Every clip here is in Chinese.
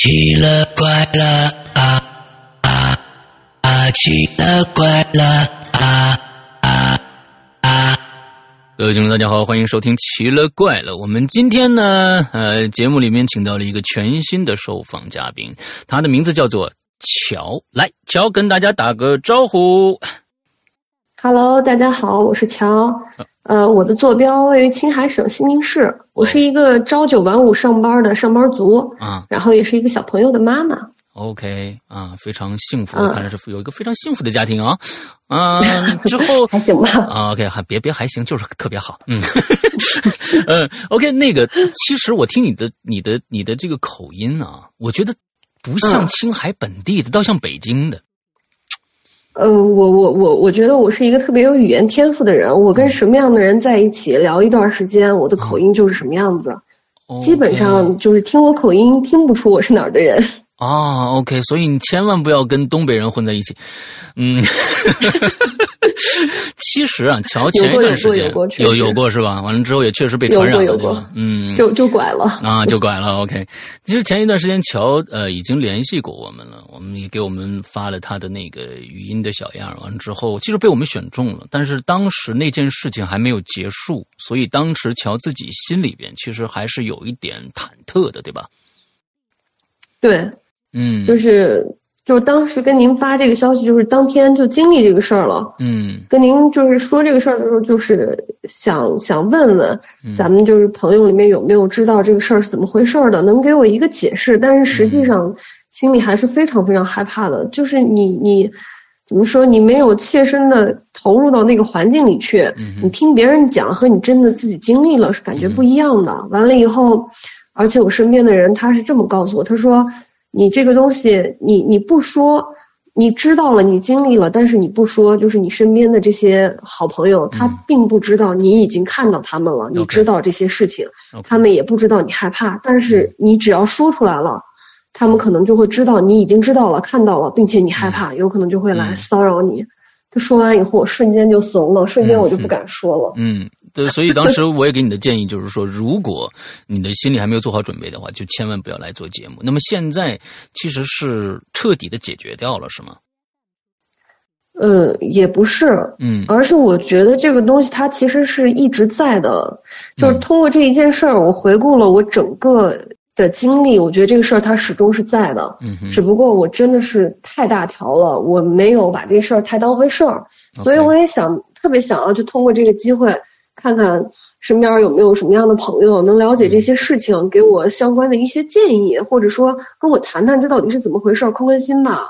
奇了怪了啊啊啊！奇了怪了啊啊啊！各位听众大家好，欢迎收听奇了怪了。我们今天呢节目里面请到了一个全新的受访嘉宾，他的名字叫做乔。来，乔跟大家打个招呼。 Hello， 大家好，我是乔。我的坐标位于青海省西宁市，我是一个朝9晚5上班的上班族啊，然后也是一个小朋友的妈妈。 OK 啊，非常幸福，看来是有一个非常幸福的家庭啊。之后还行吧。 OK， 别还行，就是特别好。OK， 那个其实我听你的这个口音啊，我觉得不像青海本地的，倒像北京的。 我觉得我是一个特别有语言天赋的人，我跟什么样的人在一起聊一段时间，我的口音就是什么样子，基本上就是听我口音听不出我是哪儿的人。 OK， 所以你千万不要跟东北人混在一起。其实啊，乔前一段时间有过是吧？完了之后也确实被传染了，对吧？ 就拐了啊，就拐了。OK， 其实前一段时间乔已经联系过我们了，我们也给我们发了他的那个语音的小样，完了之后其实被我们选中了，但是当时那件事情还没有结束，所以当时乔自己心里边其实还是有一点忐忑的，对吧？ 对，就是当时跟您发这个消息，就是当天就经历这个事儿了。跟您就是说这个事儿的时候，就是想问问咱们就是朋友里面有没有知道这个事儿是怎么回事的，能给我一个解释。但是实际上心里还是非常非常害怕的，就是你怎么说，你没有切身的投入到那个环境里去，你听别人讲和你真的自己经历了是感觉不一样的。完了以后，而且我身边的人他是这么告诉我，他说你这个东西你不说，你知道了你经历了，但是你不说，就是你身边的这些好朋友他并不知道你已经看到他们了，你知道这些事情，他们也不知道你害怕，但是你只要说出来了，他们可能就会知道你已经知道了看到了，并且你害怕，有可能就会来骚扰你。就说完以后我瞬间就怂了，瞬间我就不敢说了。 对，所以当时我也给你的建议就是说，如果你的心里还没有做好准备的话，就千万不要来做节目。那么现在其实是彻底的解决掉了，是吗？ 也不是，而是我觉得这个东西它其实是一直在的，就是通过这一件事儿，我回顾了我整个的经历，我觉得这个事儿它始终是在的，只不过我真的是太大条了，我没有把这事儿太当回事儿，所以我也特别想要就通过这个机会看看身边有没有什么样的朋友能了解这些事情，给我相关的一些建议，或者说跟我谈谈这到底是怎么回事，宽宽心吧。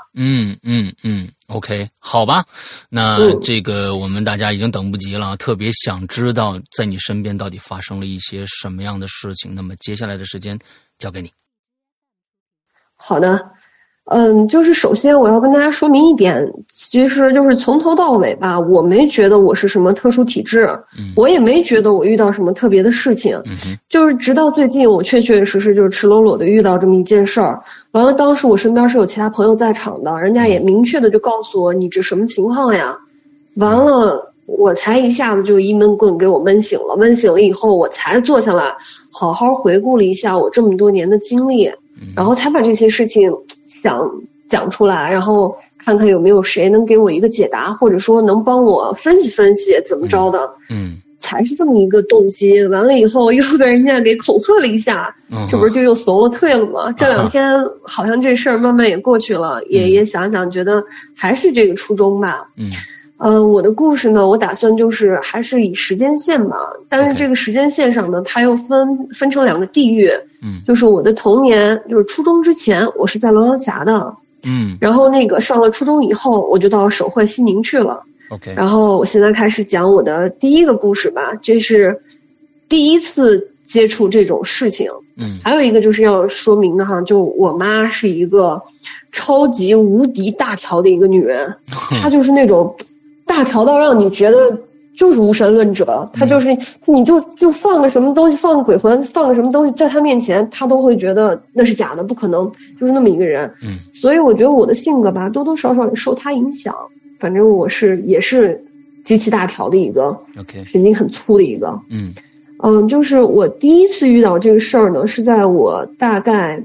OK， 好吧，那这个我们大家已经等不及了，特别想知道在你身边到底发生了一些什么样的事情。那么接下来的时间交给你。 好的。就是首先我要跟大家说明一点，其实就是从头到尾吧，我没觉得我是什么特殊体质，我也没觉得我遇到什么特别的事情，就是直到最近我确确实实就是赤裸裸的遇到这么一件事儿。完了，当时我身边是有其他朋友在场的，人家也明确的就告诉我你这什么情况呀。完了，我才一下子就一闷棍给我闷醒了，闷醒了以后我才坐下来好好回顾了一下我这么多年的经历，然后才把这些事情想讲出来，然后看看有没有谁能给我一个解答，或者说能帮我分析分析怎么着的，才是这么一个动机。完了以后又被人家给恐吓了一下，这不是就又怂了退了吗？这2天好像这事儿慢慢也过去了，也想想觉得还是这个初衷吧。我的故事呢，我打算就是还是以时间线吧，但是这个时间线上呢，它又分成2个地域，就是我的童年，就是初中之前，我是在龙阳峡的，然后那个上了初中以后，我就到省会西宁去了。然后我现在开始讲我的第一个故事吧，这是第一次接触这种事情。还有一个就是要说明的哈，就我妈是一个超级无敌大条的一个女人，她就是那种大条到让你觉得就是无神论者，他就是你就放个什么东西，放个鬼魂，放个什么东西在他面前，他都会觉得那是假的，不可能，就是那么一个人。所以我觉得我的性格吧，多多少少也受他影响。反正我也是极其大条的一个，神经很粗的一个。就是我第一次遇到这个事儿呢，是在我大概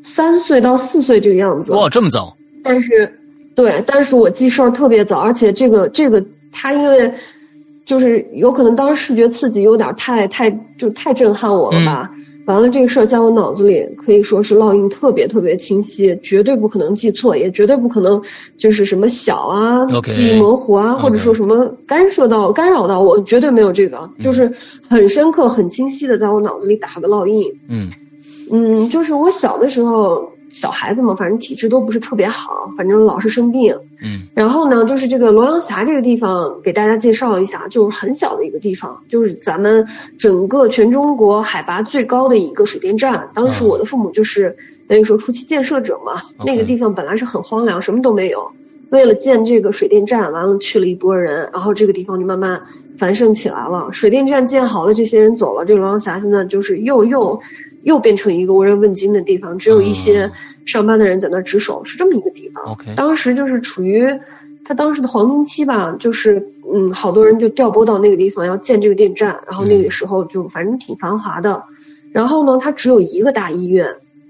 3岁到4岁这个样子。 哇，这么早？ 但是我记事儿特别早，而且这个他因为就是有可能当时视觉刺激有点太震撼我了吧。完了这个事儿在我脑子里可以说是烙印特别特别清晰，绝对不可能记错，也绝对不可能就是什么小啊、记忆模糊啊，或者说什么干扰到我，绝对没有这个，就是很深刻很清晰的在我脑子里打个烙印。就是我小的时候小孩子嘛，反正体质都不是特别好，反正老是生病。然后呢，就是这个罗阳峡这个地方给大家介绍一下，就是很小的一个地方，就是咱们整个全中国海拔最高的一个水电站。当时我的父母就是等于说初期建设者嘛，那个地方本来是很荒凉，什么都没有。为了建这个水电站，完了去了一波人，然后这个地方就慢慢繁盛起来了。水电站建好了，这些人走了，这个罗阳峡现在就是又变成一个无人问津的地方，只有一些上班的人在那值守，是这么一个地方。当时就是处于他当时的黄金期吧，就是好多人就调拨到那个地方要建这个电站，然后那个时候就反正挺繁华的。然后呢，它只有一个大医院，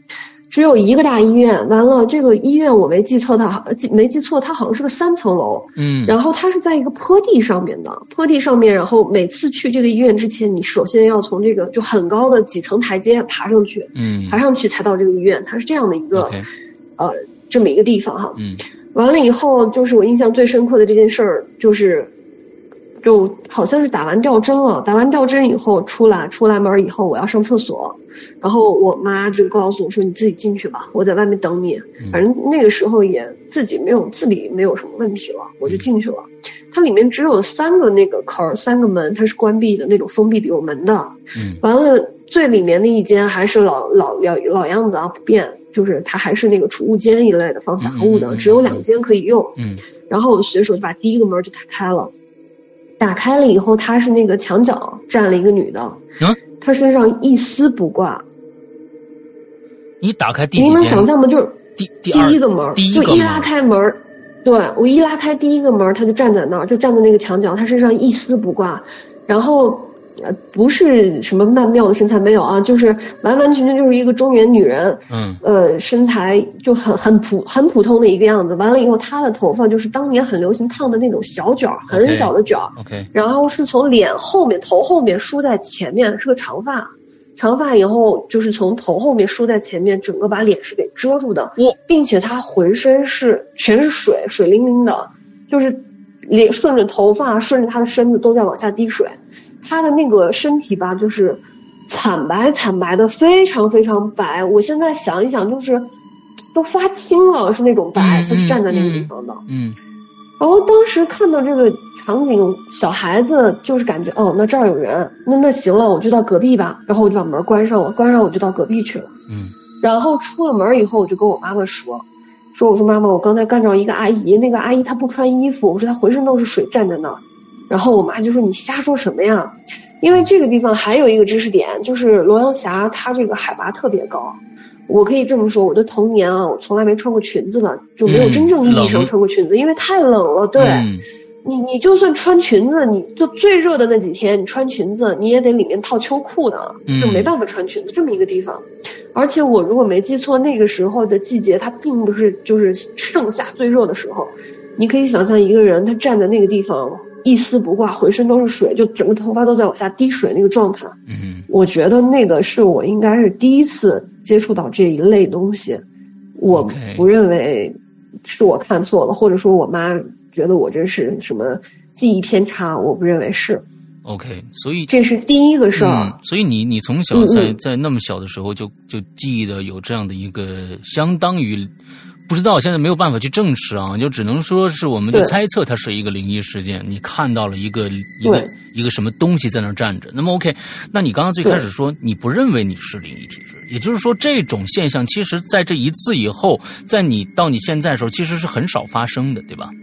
完了这个医院我没记错，它好像是个3层楼。然后它是在一个坡地上面，然后每次去这个医院之前，你首先要从这个就很高的几层台阶爬上去，才到这个医院。它是这样的一个这么一个地方哈。完了以后，就是我印象最深刻的这件事儿，就好像是打完吊针以后出来门以后，我要上厕所，然后我妈就告诉我说：“你自己进去吧，我在外面等你。”反正那个时候也自理没有什么问题了，我就进去了。它里面只有3个那个口，3个门，它是关闭的那种封闭的有门的。完了最里面的一间还是老样子啊，不变，就是它还是那个储物间一类的放杂物的，只有2间可以用。然后我随手就把第一个门就打开了以后，她是那个墙角站了一个女的，她身上一丝不挂。 你打开第几间？ 你能想象吗？就是第一个门，就一拉开门，对，我一拉开第一个门，她就站在那儿，就站在那个墙角，她身上一丝不挂，然后不是什么曼妙的身材没有啊，就是完全就是一个中原女人。身材就很普通的一个样子。完了以后，她的头发就是当年很流行烫的那种小卷，很小的卷。然后是从头后面梳在前面，是个长发以后就是从头后面梳在前面，整个把脸是给遮住的。并且她浑身全是水灵灵的，就是顺着头发顺着她的身子都在往下滴水。她的那个身体吧，就是惨白的，非常非常白。我现在想一想，就是都发青了，是那种白。她是站在那个地方的。然后当时看到这个场景，小孩子就是感觉那这儿有人，那行了，我就到隔壁吧。然后我就把门关上我就到隔壁去了。然后出了门以后，我就跟我妈妈说我说妈妈，我刚才干着一个阿姨，那个阿姨她不穿衣服，我说她浑身都是水站在那儿。然后我妈就说你瞎说什么呀？因为这个地方还有一个知识点，就是罗阳峡它这个海拔特别高。我可以这么说，我的童年啊，我从来没穿过裙子的，就没有真正意义上穿过裙子，因为太冷了。对，你就算穿裙子，你就最热的那几天，你穿裙子你也得里面套秋裤的，就没办法穿裙子。这么一个地方，而且我如果没记错，那个时候的季节它并不是就是盛夏最热的时候。你可以想象一个人他站在那个地方一丝不挂，浑身都是水，就整个头发都在往下滴水那个状态。我觉得那个是我应该是第一次接触到这一类东西。我不认为是我看错了，或者说我妈觉得我这是什么记忆偏差，我不认为是。 OK， 所以这是第一个事儿。 所以你从小在那么小的时候就记忆的有这样的一个相当于。不知道，现在没有办法去证实啊，就只能说是我们就猜测它是一个灵异事件。你看到了一个什么东西在那儿站着。那么 OK， 那你刚刚最开始说你不认为你是灵异体质，也就是说这种现象其实在这一次以后，在你到你现在的时候其实是很少发生的，对吧？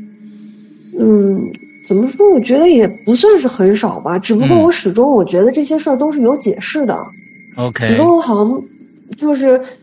怎么说？我觉得也不算是很少吧，只不过我始终我觉得这些事儿都是有解释的。 OK， 始终我好像就是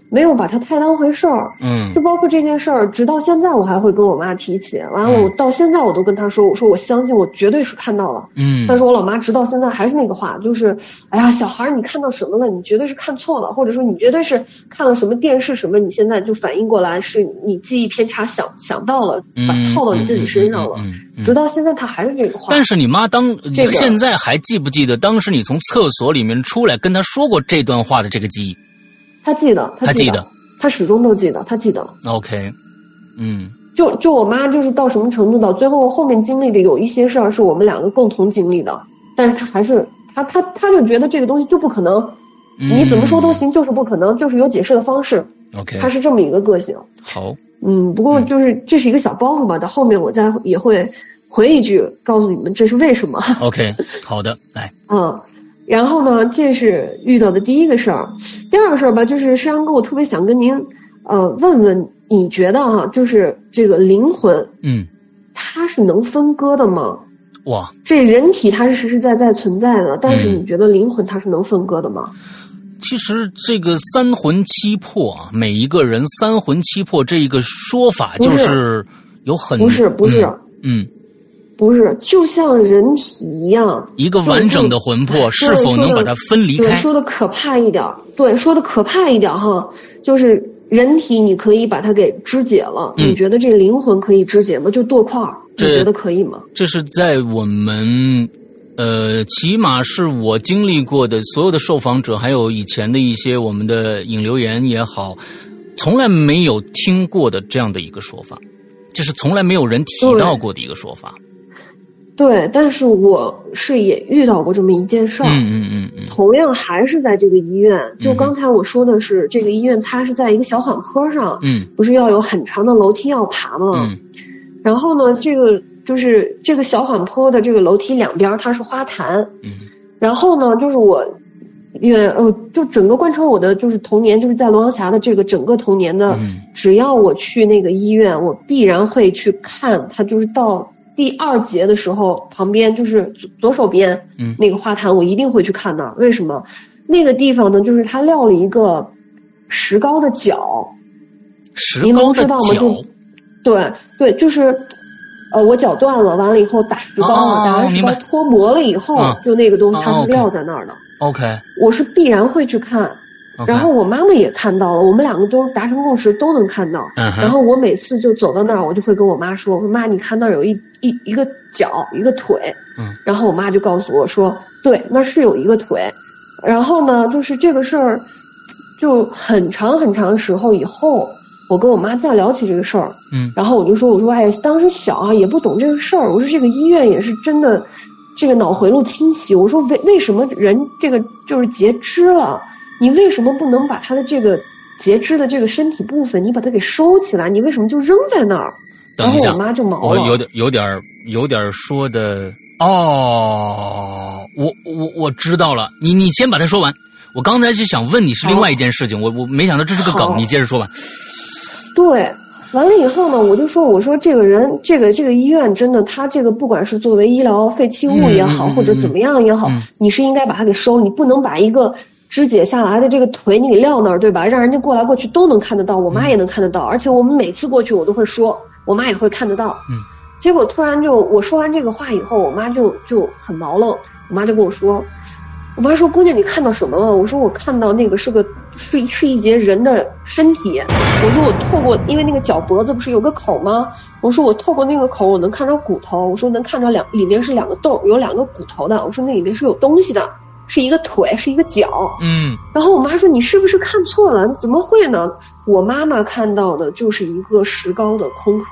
没有把它太当回事儿。就包括这件事儿，直到现在我还会跟我妈提起。完了，我到现在我都跟她说，我说我相信，我绝对是看到了。但是我老妈直到现在还是那个话，就是哎呀，小孩你看到什么了？你绝对是看错了，或者说你绝对是看了什么电视什么，你现在就反应过来是你记忆偏差想到了，把套到你自己身上了。直到现在她还是这个话。 但是你妈现在还记不记得当时你从厕所里面出来跟她说过这段话的这个记忆？她记得，她始终都记得，她记得。 OK， 就我妈就是到什么程度的，最后面经历的有一些事儿是我们两个共同经历的，但是她还是她就觉得这个东西就不可能，你怎么说都行，就是不可能，就是有解释的方式。 OK， 她是这么一个个性。 好， 不过就是这是一个小包袱吧，到后面我再也会回一句告诉你们这是为什么。 OK， 好的，来。 然后呢，这是遇到的第一个事儿。第二个事儿吧，就是山羊哥，我特别想跟您问问，你觉得就是这个灵魂，它是能分割的吗？ 哇， 这人体它是实实在在存在的，但是你觉得灵魂它是能分割的吗？ 其实这个三魂七魄啊，每一个人三魂七魄这一个说法就是有很不是。不是，就像人体一样，一个完整的魂魄是否能把它分离开？ 对，说的可怕一点哈，就是人体你可以把它给肢解了，你觉得这个灵魂可以肢解吗？就剁块，你觉得可以吗？ 这是在我们起码是我经历过的所有的受访者，还有以前的一些我们的引流言也好，从来没有听过的这样的一个说法，这是从来没有人提到过的一个说法。 对，但是我是也遇到过这么一件事儿。同样还是在这个医院，就刚才我说的是这个医院，它是在一个小缓坡上，不是要有很长的楼梯要爬吗？然后呢，这个就是这个小缓坡的这个楼梯两边它是花坛，然后呢，就是我就整个贯穿我的就是童年，就是在龙阳峡的这个整个童年的，只要我去那个医院，我必然会去看它，就是到第2节的时候，旁边就是左手边那个花坛，我一定会去看那儿。为什么？那个地方呢，就是他撂了一个石膏的脚， 石膏的脚， 对，就是我脚断了，完了以后打石膏了，打完石膏脱模了以后，就那个东西它是撂在那儿的。 OK， 我是必然会去看。然后我妈妈也看到了，我们两个都达成共识，都能看到。然后我每次就走到那儿，我就会跟我妈说：“我说妈，你看那儿有一个脚，一个腿。”然后我妈就告诉我说：“对，那是有一个腿。”然后呢，就是这个事儿，就很长时候以后，我跟我妈再聊起这个事儿，然后我就说哎，当时小啊，也不懂这个事儿。我说这个医院也是真的，这个脑回路清晰。我说为什么人这个就是截肢了？你为什么不能把他的这个截肢的这个身体部分，你把它给收起来？你为什么就扔在那儿？ 等一下， 然后我妈就毛了。 有点说的哦，我知道了。你先把它说完。我刚才是想问你是另外一件事情，我没想到这是个梗，你接着说吧。 对，完了以后呢，我说这个人，这个医院真的，他这个不管是作为医疗废弃物也好，或者怎么样也好，你是应该把它给收，你不能把一个肢解下来的这个腿你给撂那儿，对吧？让人家过来过去都能看得到，我妈也能看得到，而且我们每次过去我都会说，我妈也会看得到。结果突然我说完这个话以后，我妈就很毛愣，我妈就跟我说，我妈说姑娘你看到什么了？我说我看到那个是一节人的身体。我说我透过，因为那个脚脖子不是有个口吗？我说我透过那个口我能看着骨头，我说能看着里面是2个洞，有2个骨头的，我说那里面是有东西的。是一个腿，是一个脚。然后我妈说你是不是看错了？怎么会呢？我妈妈看到的就是一个石膏的空壳，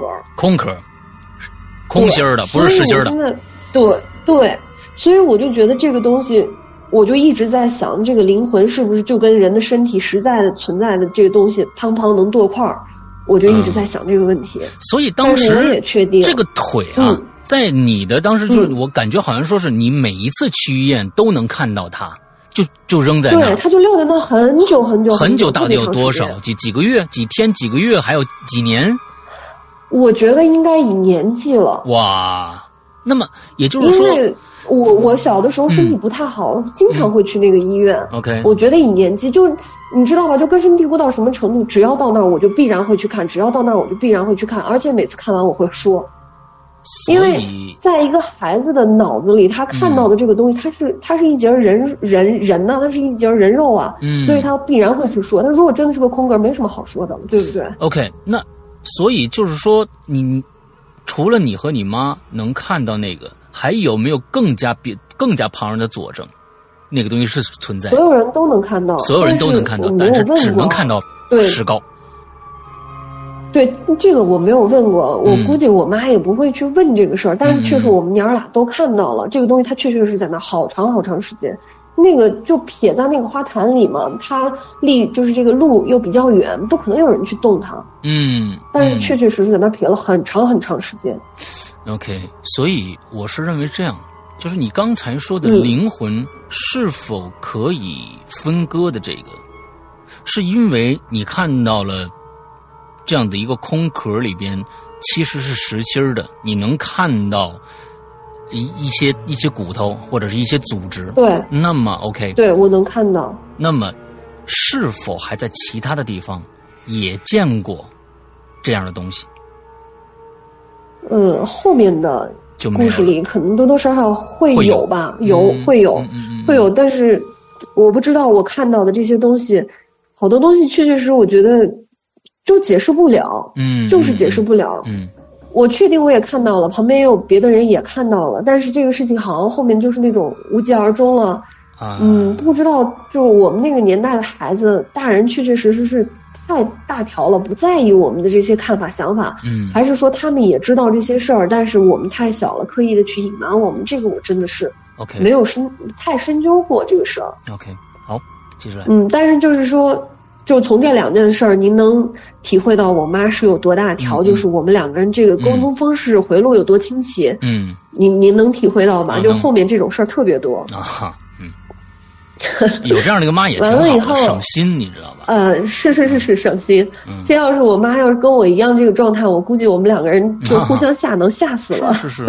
空心儿的，不是实心的。对，所以我就觉得这个东西，我就一直在想，这个灵魂是不是就跟人的身体实在的存在的这个东西，砰砰能剁块儿？我就一直在想这个问题。 所以当时我也确定这个腿啊。在你的当时就是我感觉好像说是你每一次去医院都能看到它，就扔在那。 对，它就撂在那很久， 到底有多少？几个月、几天、几个月，还有几年？ 我觉得应该以年计了。 哇， 那么也就是说， 因为我小的时候身体不太好，经常会去那个医院。 OK， 我觉得以年纪就你知道吧，就根深蒂固到什么程度，只要到那儿我就必然会去看，只要到那儿我就必然会去看，而且每次看完我会说。因为在一个孩子的脑子里，他看到的这个东西，他是一节人呢，他是一节人肉啊，所以他必然会去说。他如果真的是个空格，没什么好说的，对不对 ？OK， 那所以就是说，你除了你和你妈能看到那个，还有没有更加旁人的佐证？那个东西是存在的， 所有人都能看到， 所有人都能看到，但是只能看到石膏。 对，这个我没有问过，我估计我妈也不会去问这个事儿，但是确实我们娘俩都看到了，这个东西它确确实实在那好长时间，那个就撇在那个花坛里嘛，它就是这个路又比较远，不可能有人去动它，但是确确实实在那撇了很长时间。 OK， 所以我是认为这样，就是你刚才说的灵魂是否可以分割的这个，是因为你看到了这样的一个空壳里边其实是实心的，你能看到一些骨头或者是一些组织。 对， 那么 OK， 对，我能看到。 那么是否还在其他的地方也见过这样的东西？ 后面的故事里可能多多少少会有吧，会有，但是我不知道我看到的这些东西，好多东西确确实我觉得就解释不了，就是解释不了。我确定我也看到了，旁边也有别的人也看到了，但是这个事情好像后面就是那种无疾而终了。不知道，就是我们那个年代的孩子，大人确确实实是太大条了，不在意我们的这些看法想法，还是说他们也知道这些事儿，但是我们太小了，刻意的去隐瞒我们，这个我真的是没有太深究过这个事儿。 OK， 好，接着来。 但是就是说，就从这两件事儿，您能体会到我妈是有多大条，就是我们两个人这个沟通方式回路有多清晰。您能体会到吧？就后面这种事儿特别多。 有这样的一个妈也挺好的，省心，你知道吧？ 是省心。这要是我妈要是跟我一样这个状态，我估计我们两个人就互相能吓死了。 是，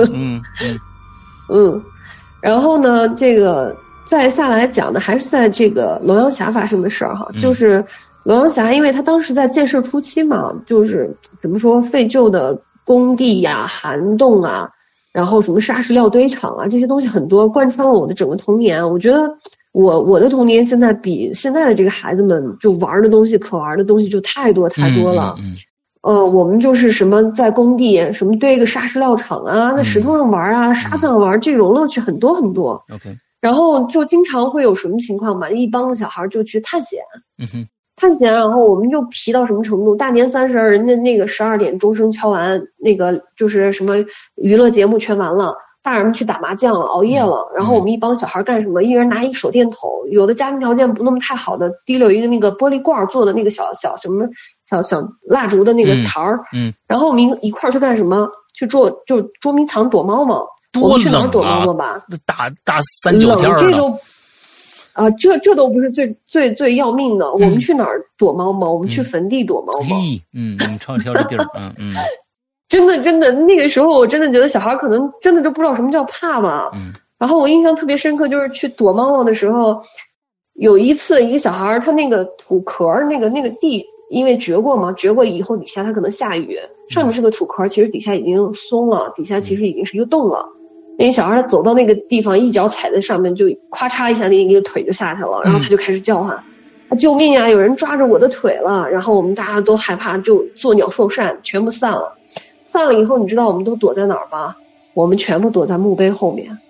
然后呢，这个再下来讲的还是在这个龙阳峡发生的事儿哈，就是龙阳峡，因为它当时在建设初期嘛，就是怎么说废旧的工地呀、涵洞啊，然后什么砂石料堆场啊，这些东西很多，贯穿了我的整个童年。我觉得我的童年现在比现在的这个孩子们就玩的东西、可玩的东西就太多了。我们就是什么在工地什么堆个砂石料场啊，在石头上玩啊，沙子上玩，这种乐趣很多。 OK， 然后就经常会有什么情况吧，一帮子小孩就去探险。探险，然后我们就皮到什么程度？大年30人家那个12点钟声敲完，那个就是什么娱乐节目全完了，大人们去打麻将了，熬夜了。然后我们一帮小孩干什么？一人拿一个手电筒，有的家庭条件不那么太好的，提溜一个那个玻璃罐做的那个小什么小蜡烛的那个台儿。然后我们一块儿去干什么？去捉迷藏躲猫猫。我们去哪儿躲猫猫吧？ 大3、9天了。 这都不是最要命的。我们去哪儿躲猫猫？我们去坟地躲猫猫。 挑这地儿。 真的，那个时候我真的觉得小孩可能真的就不知道什么叫怕吧。然后我印象特别深刻，就是去躲猫猫的时候，有一次一个小孩他那个土壳那个地，因为掘过嘛，掘过以后底下它可能下雨，上面是个土壳，其实底下已经松了，底下其实已经是一个洞了。那个小孩他走到那个地方，一脚踩在上面，就咔嚓一下，那一个腿就下去了，然后他就开始叫唤：“救命啊！有人抓着我的腿了！”然后我们大家都害怕，就作鸟兽散，全部散了。散了以后，你知道我们都躲在哪儿吧？我们全部躲在墓碑后面。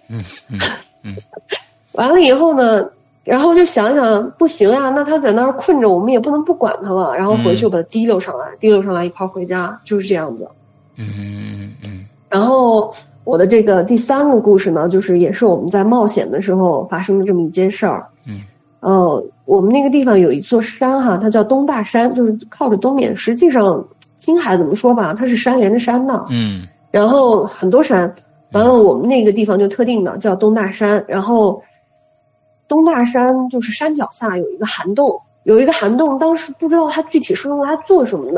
完了以后呢，然后就想想不行呀，那他在那儿困着，我们也不能不管他了，然后回去把他提溜上来一块回家，就是这样子。然后我的这个第3个故事呢，就是也是我们在冒险的时候发生的这么一件事儿。我们那个地方有一座山哈，它叫东大山，就是靠着东面。实际上青海怎么说吧，它是山连着山的。然后很多山，完了我们那个地方就特定的叫东大山。然后东大山就是山脚下有一个涵洞，当时不知道它具体是用来做什么的。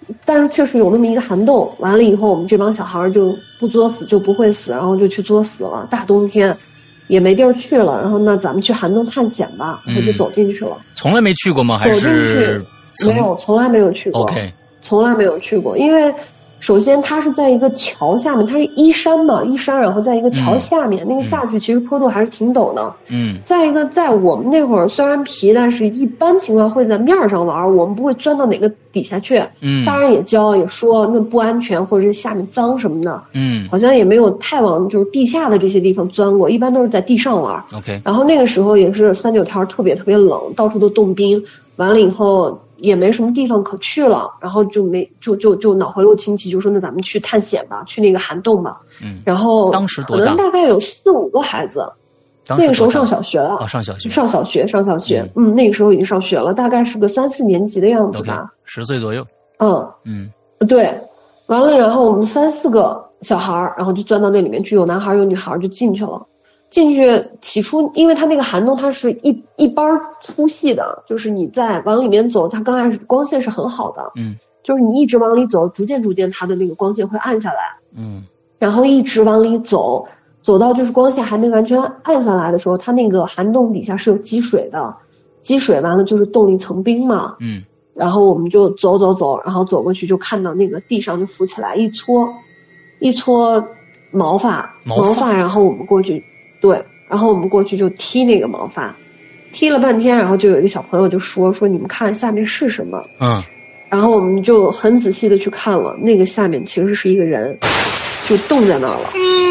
但是确实有那么一个涵洞，完了以后我们这帮小孩就不作死就不会死，然后就去作死了。大冬天也没地儿去了，然后那咱们去涵洞探险吧，然后就走进去了。 从来没去过吗？还是没有，从来没有去过。 OK， 从来没有去过，因为首先它是在一个桥下面，它是依山嘛，依山，然后在一个桥下面，那个下去其实坡度还是挺陡的。再一个，在我们那会儿虽然皮，但是一般情况会在面上玩，我们不会钻到哪个底下去。当然也教也说那不安全，或者是下面脏什么的。好像也没有太往就是地下的这些地方钻过，一般都是在地上玩。 OK， 然后那个时候也是39条特别特别冷，到处都冻冰，完了以后也没什么地方可去了，然后就脑回路清奇，就说那咱们去探险吧，去那个涵洞吧。然后当时多大？ 可能大概有4、5个孩子，那个时候上小学了。上小学。那个时候已经上学了，大概是个3、4年级的样子吧。 10岁左右。 对，完了，然后我们3、4个小孩，然后就钻到那里面去，有男孩有女孩，就进去了。进去起初，因为它那个涵洞它是一般粗细的，就是你在往里面走，它刚开始光线是很好的，就是你一直往里走，逐渐它的那个光线会暗下来，然后一直往里走到就是光线还没完全暗下来的时候，它那个涵洞底下是有积水的，积水完了就是冻了一层冰嘛，然后我们就走，然后走过去就看到那个地上就浮起来一撮毛发，然后我们过去。对，然后我们过去就踢那个毛发，踢了半天，然后就有一个小朋友就说你们看下面是什么？然后我们就很仔细的去看了，那个下面其实是一个人，就冻在那儿了。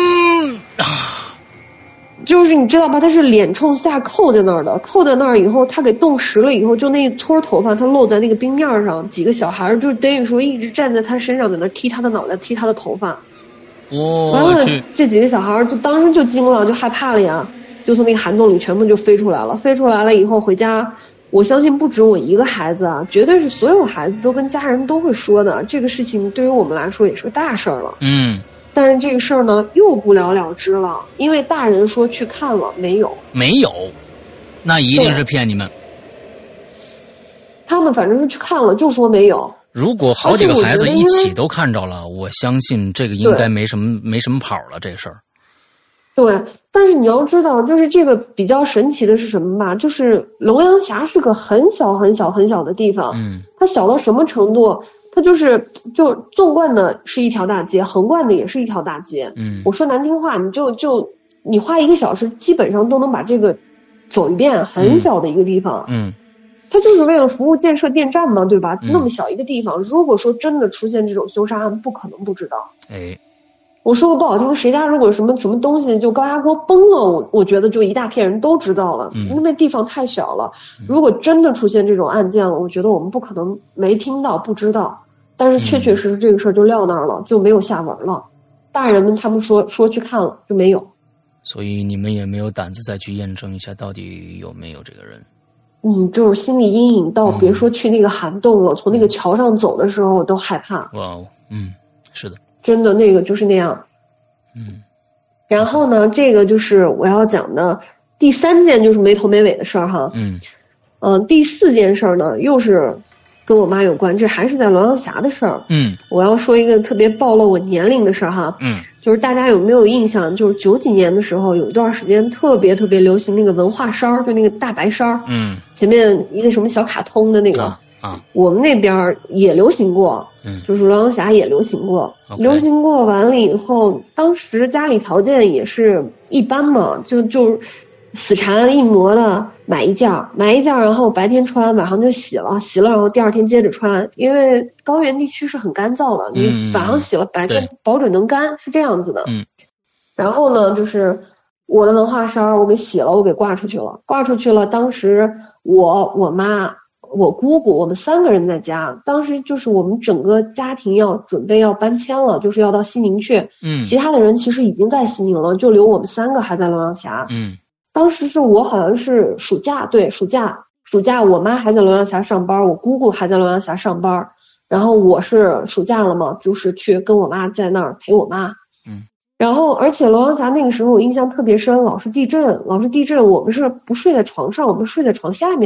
就是你知道吧，他是脸冲下扣在那儿的，扣在那儿以后，他给冻实了以后，就那一撮头发，他露在那个冰面上，几个小孩就等于说一直站在他身上，在那踢他的脑袋，踢他的头发。完了，这几个小孩就当时就惊了，就害怕了呀，就从那个涵洞里全部就飞出来了以后回家，我相信不止我一个孩子啊，绝对是所有孩子都跟家人都会说的，这个事情对于我们来说也是个大事儿了。但是这个事儿呢又不了了之了，因为大人说去看了没有， 那一定是骗你们。 他们反正是去看了就说没有。 如果好几个孩子一起都看着了，我相信这个应该没什么跑了这事儿。 对，但是你要知道，就是这个比较神奇的是什么吧？就是龙阳峡是个很小的地方，它小到什么程度？它就纵贯的是一条大街，横贯的也是一条大街。我说难听话，你花1个小时，基本上都能把这个走一遍，很小的一个地方。它就是为了服务建设电站嘛，对吧？那么小一个地方，如果说真的出现这种凶杀案，不可能不知道。我说个不好听的，谁家如果什么东西就高压锅崩了，我觉得就一大片人都知道了。那地方太小了，如果真的出现这种案件了，我觉得我们不可能没听到不知道。但是确确实实这个事儿就撂那儿了，就没有下文了。大人们他们说去看了就没有， 所以你们也没有胆子再去验证一下到底有没有这个人。 就是心理阴影到别说去那个涵洞了，从那个桥上走的时候我都害怕。 哇，是的， 真的那个就是那样。然后呢，这个就是我要讲的第3件就是没头没尾的事儿哈。第4件事儿呢，又是跟我妈有关，这还是在龙阳峡的事儿。我要说一个特别暴露我年龄的事儿哈。就是大家有没有印象？就是90几年的时候，有一段时间特别特别流行那个文化衫，就那个大白衫。前面一个什么小卡通的那个。我们那边也流行过。就是龙阳峡也流行过。流行过完了以后，当时家里条件也是一般嘛，就死缠硬磨的买一件，然后白天穿，晚上就洗了，然后第2天接着穿，因为高原地区是很干燥的，你晚上洗了，白天保准能干，是这样子的。然后呢，就是我的文化衫我给洗了，我给挂出去了。当时我妈、我姑姑，我们3个人在家，当时就是我们整个家庭准备要搬迁了，就是要到西宁去。其他的人其实已经在西宁了，就留我们3个还在龙阳峡。当时是我好像是暑假，我妈还在龙阳峡上班，我姑姑还在龙阳峡上班，然后我是暑假了嘛，就是去跟我妈在那儿陪我妈。然后而且龙阳峡那个时候我印象特别深，老是地震，我们是不睡在床上，我们睡在床下面的。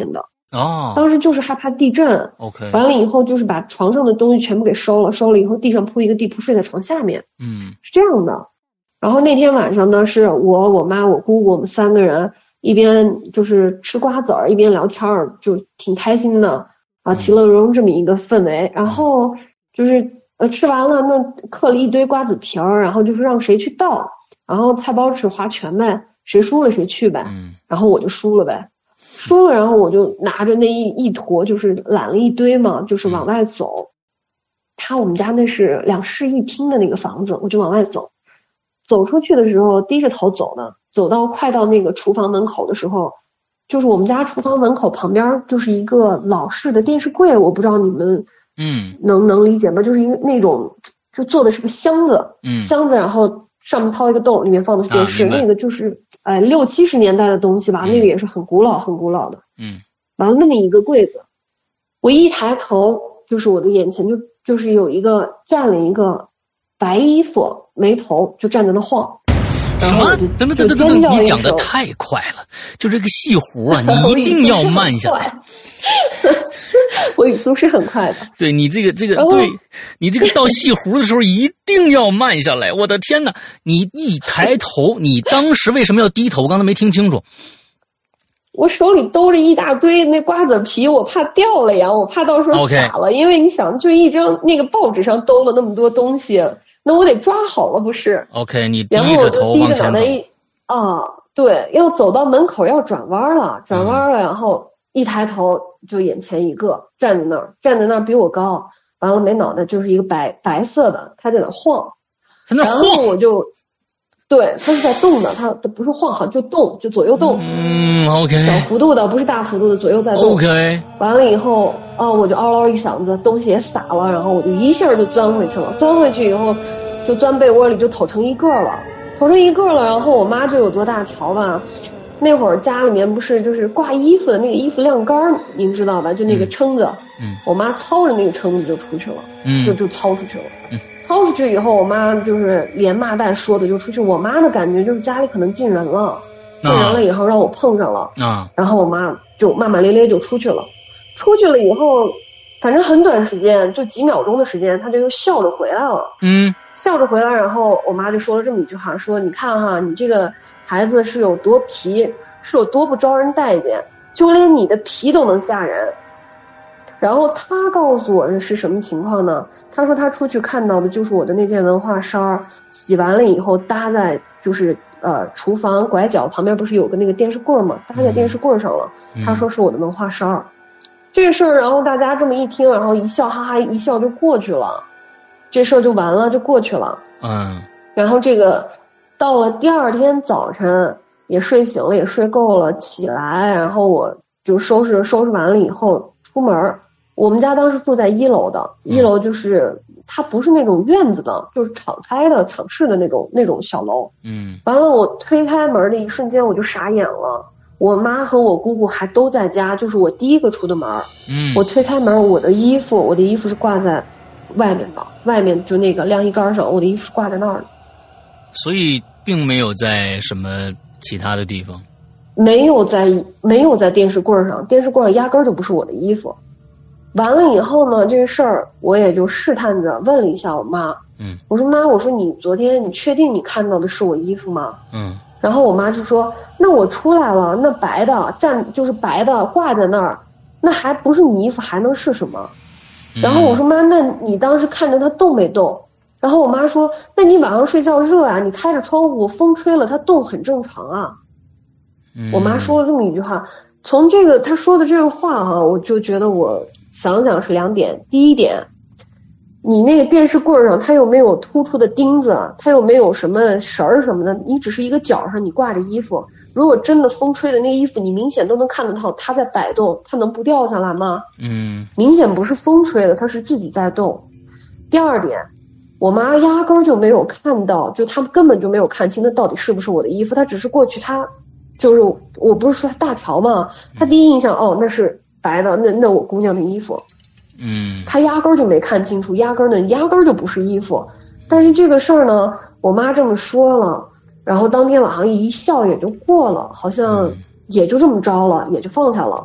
哦， 当时就是害怕地震。 OK， 完了以后就是把床上的东西全部给收了，收了以后地上铺一个地铺，睡在床下面。是这样的。然后那天晚上呢，是我妈、我姑姑，我们3个人一边就是吃瓜子儿，一边聊天儿，就挺开心的啊，其乐融融这么一个氛围。然后就是吃完了，那嗑了一堆瓜子皮儿，然后就是让谁去倒，然后菜包吃划拳呗，谁输了谁去呗。然后我就输了呗。输了，然后我就拿着那一坨，就是揽了一堆嘛，就是往外走。我们家那是2室1厅的那个房子，我就往外走。走出去的时候低着头走的，走到快到那个厨房门口的时候，就是我们家厨房门口旁边就是一个老式的电视柜，我不知道你们能理解吗？就是一个那种就做的是个箱子，箱子然后上面掏一个洞，里面放的是电视，那个就是60、70年代的东西吧，那个也是很古老的。完了那么一个柜子，我一抬头，就是我的眼前就是有一个站了一个白衣服，没头，就站在那晃。 什么？等，你讲的太快了，就这个戏弧啊，你一定要慢下来。 我语速是很快的。 对你这个，对你这个到戏弧的时候一定要慢下来。我的天哪！你一抬头，你当时为什么要低头？刚才没听清楚。 我手里兜着一大堆那瓜子皮，我怕掉了呀，我怕到时候洒了。因为你想，就一张那个报纸上兜了那么多东西，那我得抓好了，不是 ？OK， 你低着头往前走。 对，要走到门口要转弯了，然后一抬头就眼前一个站在那儿比我高，完了没脑袋，就是一个白色的，他在那晃，然后我就。对，他是在动的，他不是晃，好就动，就左右动。 OK。 小幅度的，不是大幅度的，左右在动。 OK。 完了以后，我就嗷嗷一嗓子，东西也洒了，然后我就一下就钻回去了。钻回去以后，就钻被窝里就抖成一个了，然后我妈就有多大条吧？那会儿家里面不是就是挂衣服的那个衣服晾杆，您知道吧？就那个撑子。我妈操着那个撑子就出去了。就操出去了。操出去以后，我妈就是连骂带说的就出去。我妈的感觉就是家里可能进人了，以后让我碰上了然后我妈就骂骂咧咧就出去了。出去了以后，反正很短时间，就几秒钟的时间，她就又笑着回来了。笑着回来，然后我妈就说了这么一句话，说你看哈，你这个孩子是有多皮，是有多不招人待见，就连你的皮都能吓人。然后他告诉我的是什么情况呢？他说他出去看到的就是我的那件文化衫，洗完了以后搭在就是厨房拐角旁边不是有个那个电视柜吗？搭在电视柜上了。他说是我的文化衫。这个事儿，然后大家这么一听，然后一笑，哈哈一笑就过去了，这事儿就完了，就过去了。然后这个到了第二天早晨也睡醒了，也睡够了，起来，然后我就收拾完了以后出门。我们家当时住在1楼的，1楼就是它不是那种院子的，就是敞开的敞式的那种小楼。完了我推开门的一瞬间我就傻眼了，我妈和我姑姑还都在家，就是我第一个出的门。我推开门，我的衣服是挂在外面的，外面就那个晾衣杆上，我的衣服是挂在那儿的。 所以并没有在什么其他的地方， 没有在电视柜上，电视柜上压根就不是我的衣服。完了以后呢，这个事儿我也就试探着问了一下我妈。我说妈，我说你昨天你确定你看到的是我衣服吗？然后我妈就说那我出来了，那白的就是白的挂在那儿，那还不是你衣服还能是什么？然后我说妈，那你当时看着它动没动？然后我妈说那你晚上睡觉热啊，你开着窗户风吹了它动很正常啊。我妈说了这么一句话，从这个她说的这个话哈，我就觉得我想想是2点。第一点，你那个电视柜上它又没有突出的钉子，它又没有什么绳儿什么的，你只是一个角上你挂着衣服，如果真的风吹的那个衣服你明显都能看得到它在摆动，它能不掉下来吗？明显不是风吹的，它是自己在动。第二点，我妈压根就没有看到，就她根本就没有看清那到底是不是我的衣服，她只是过去，她就是我不是说她大条吗？她第一印象那是白的，那我姑娘的衣服。她压根就没看清楚，压根就不是衣服。但是这个事儿呢，我妈这么说了，然后当天晚上一笑也就过了，好像也就这么着了，也就放下了。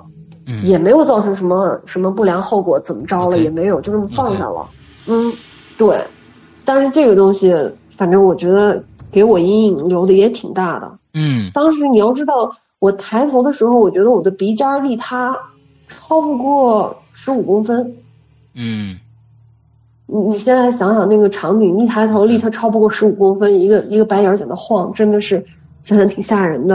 也没有造成什么不良后果，怎么着了也没有，就这么放下了。对。但是这个东西，反正我觉得给我阴影留的也挺大的。当时你要知道，我抬头的时候，我觉得我的鼻尖离它超不过15公分。你现在想想那个场景，一抬头离它超不过15公分，一个白眼在那晃，真的是想想挺吓人的。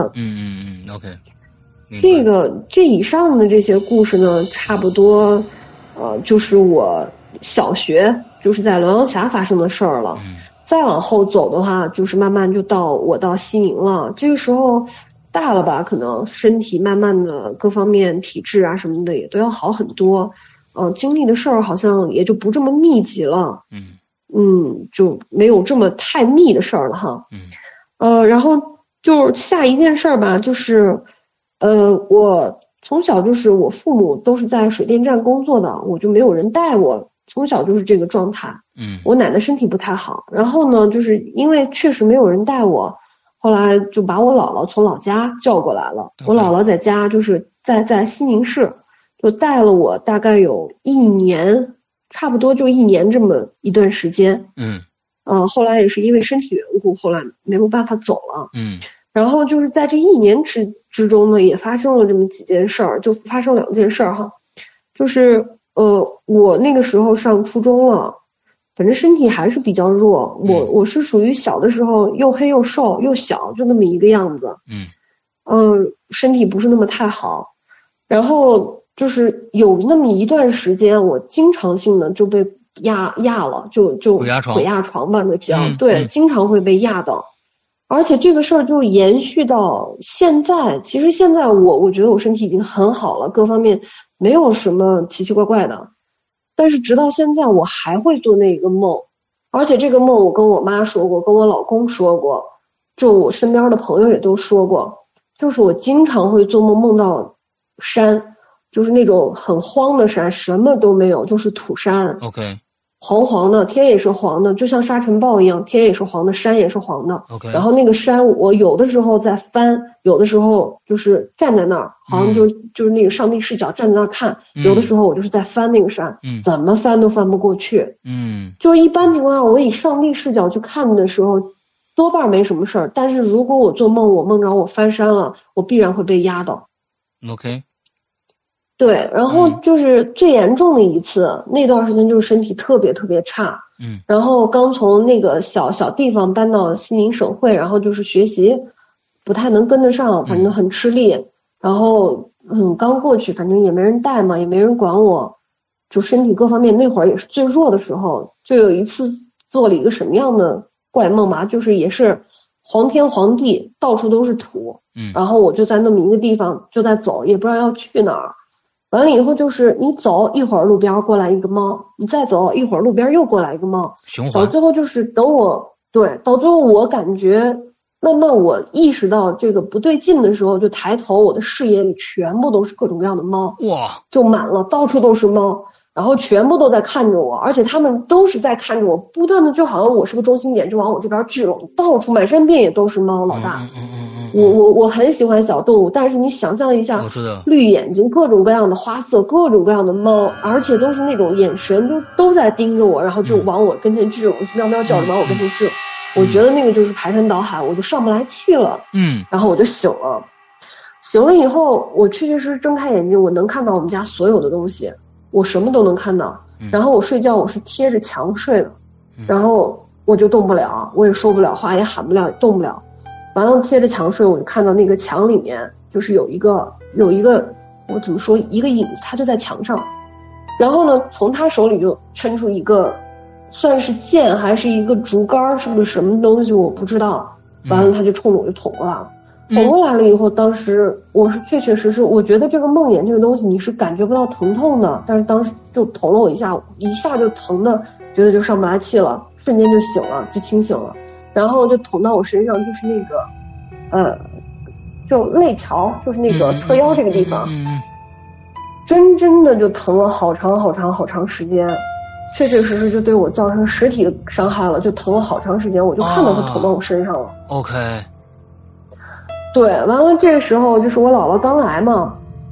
OK。 这以上的这些故事呢，差不多，就是我小学就是在龙阳峡发生的事儿了。再往后走的话，就是慢慢就到西宁了。这个时候大了吧，可能身体慢慢的各方面体质啊什么的也都要好很多。经历的事儿好像也就不这么密集了。就没有这么太密的事儿了哈。然后就下一件事儿吧，就是我从小就是我父母都是在水电站工作的，我就没有人带我，从小就是这个状态。我奶奶身体不太好，然后呢，就是因为确实没有人带我，后来就把我姥姥从老家叫过来了。我姥姥在家就是在西宁市，就带了我大概有1年，差不多就1年这么一段时间。后来也是因为身体缘故，后来没有办法走了。然后就是在这1年之中呢，也发生了这么几件事儿，就发生2件事儿哈。就是我那个时候上初中了，反正身体还是比较弱。我是属于小的时候又黑又瘦又小，就那么一个样子。身体不是那么太好。然后就是有那么一段时间，我经常性的就被压了，就鬼压床吧，那叫对，经常会被压到。而且这个事儿就延续到现在。其实现在我觉得我身体已经很好了，各方面没有什么奇奇怪怪的。但是直到现在我还会做那个梦，而且这个梦我跟我妈说过，跟我老公说过，就我身边的朋友也都说过，就是我经常会做梦，梦到山，就是那种很荒的山，什么都没有，就是土山。 OK。 黄黄的，天也是黄的，就像沙尘暴一样，天也是黄的，山也是黄的。 OK。 然后那个山，我有的时候在翻，有的时候就是站在那儿，好像就是那个上帝视角站在那儿看。有的时候我就是在翻那个山，怎么翻都翻不过去。就一般情况下，我以上帝视角去看的时候，多半没什么事儿。但是如果我做梦，我梦着我翻山了，我必然会被压到。 OK。 对，然后就是最严重的一次，那段时间就是身体特别特别差。然后刚从那个小地方搬到西宁省会，然后就是学习不太能跟得上，反正很吃力。然后刚过去，反正也没人带嘛，也没人管我，就身体各方面那会儿也是最弱的时候。就有一次做了一个什么样的怪梦吧，就是也是黄天黄地，到处都是土。然后我就在那么一个地方就在走，也不知道要去哪儿。完了以后就是你走一会儿路边过来一个猫，你再走一会儿路边又过来一个猫，到最后就是到最后我感觉慢慢我意识到这个不对劲的时候，就抬头，我的视野里全部都是各种各样的猫，就满了，到处都是猫，然后全部都在看着我，而且他们都是在看着我，不断的就好像我是个中心点，就往我这边聚拢，到处满山遍野都是猫。老大，我很喜欢小动物，但是你想象一下，绿眼睛，各种各样的花色，各种各样的猫，而且都是那种眼神都在盯着我，然后就往我跟前聚拢，喵喵叫着往我跟前聚拢。我觉得那个就是排山倒海，我就上不来气了。然后我就醒了。醒了以后，我确确实实睁开眼睛，我能看到我们家所有的东西，我什么都能看到。然后我睡觉我是贴着墙睡的，然后我就动不了，我也说不了话，也喊不了，也动不了。完了贴着墙睡，我就看到那个墙里面就是有一个我怎么说一个影子，他就在墙上。然后呢，从他手里就抻出一个，算是剑还是一个竹竿，是不是什么东西我不知道。完了他就冲着我就捅过来了。捅过来了以后，当时我是确确实实，我觉得这个梦魇这个东西你是感觉不到疼痛的，但是当时就捅了我一下就疼的，觉得就上不来气了，瞬间就醒了，就清醒了。然后就捅到我身上，就是那个就肋条，就是那个侧腰这个地方，真的就疼了好长时间，确确实实就对我造成实体的伤害了，就疼了好长时间，我就看到它捅到我身上了。 OK。 对，完了这个时候就是我姥姥刚来嘛，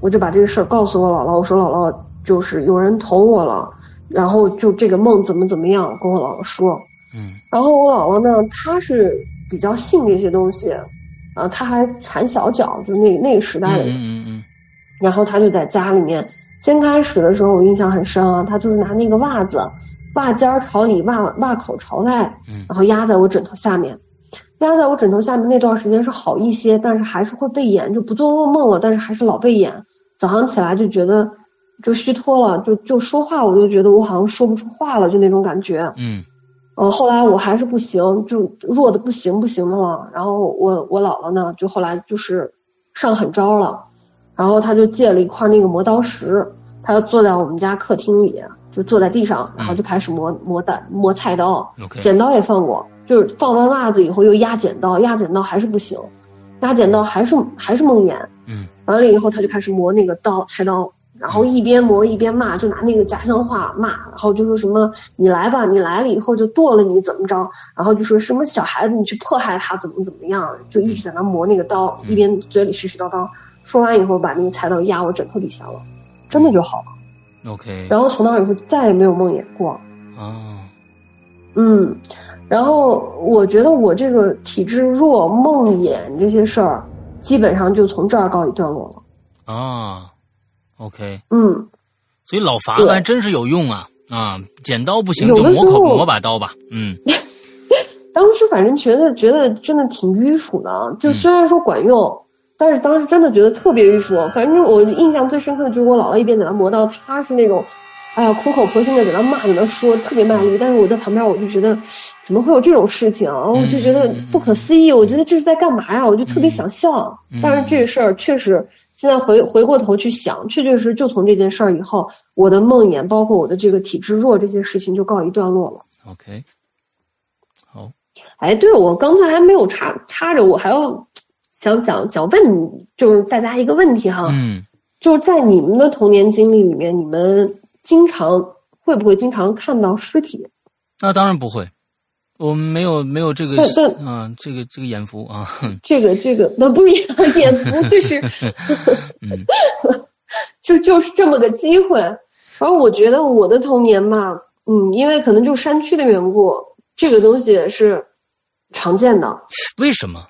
我就把这个事儿告诉我姥姥，我说姥姥就是有人捅我了，然后就这个梦怎么样，跟我姥姥说。然后我姥姥呢，她是比较信这些东西，她还缠小脚，就那个时代的人。然后她就在家里面，先开始的时候我印象很深啊，她就是拿那个袜子，袜尖朝里，袜口朝外，然后压在我枕头下面。压在我枕头下面那段时间是好一些，但是还是会背眼，就不做噩梦了，但是还是老背眼。早上起来就觉得就虚脱了，就说话我就觉得我好像说不出话了，就那种感觉。后来我还是不行，就弱的不行的了。然后我姥姥呢，就后来就是上狠招了，然后他就借了一块那个磨刀石，他就坐在我们家客厅里，就坐在地上，然后就开始磨菜刀，剪刀也放过，就是放完袜子以后又压剪刀还是不行，压剪刀还是梦魇。完了以后他就开始磨那个菜刀，然后一边磨一边骂，就拿那个家乡话骂，然后就说什么你来吧，你来了以后就剁了你怎么着，然后就说什么小孩子你去迫害他怎么样，就一直在那磨那个刀，一边嘴里絮絮叨叨。说完以后把那个菜刀压我枕头底下了，真的就好了。 OK。 然后从那以后再也没有梦魇过。然后我觉得我这个体质弱，梦魇这些事儿基本上就从这儿告一段落了。 OK。所以老法子还真是有用啊！剪刀不行就磨把刀吧。 当时反正觉得真的挺迂腐的，就虽然说管用，但是当时真的觉得特别迂腐。反正我印象最深刻的就是我姥姥一边在那磨刀，她是那种苦口婆心的在那骂，在那说，特别卖力。但是我在旁边我就觉得怎么会有这种事情啊，我就觉得不可思议，我觉得这是在干嘛呀，我就特别想笑。但是这个事儿确实现在回过头去想，确确实就从这件事儿以后，我的梦魇包括我的这个体质弱这些事情就告一段落了。 OK。好。 对，我刚才还没有插着，我还要想问你，就是大家一个问题哈。就是在你们的童年经历里面，你们会不会经常看到尸体？ 那当然不会，我们没有这个这个眼福啊。 这个不是眼福，就是就是这么个机会。然后我觉得我的童年吧，因为可能就是山区的缘故，这个东西是常见的。 为什么？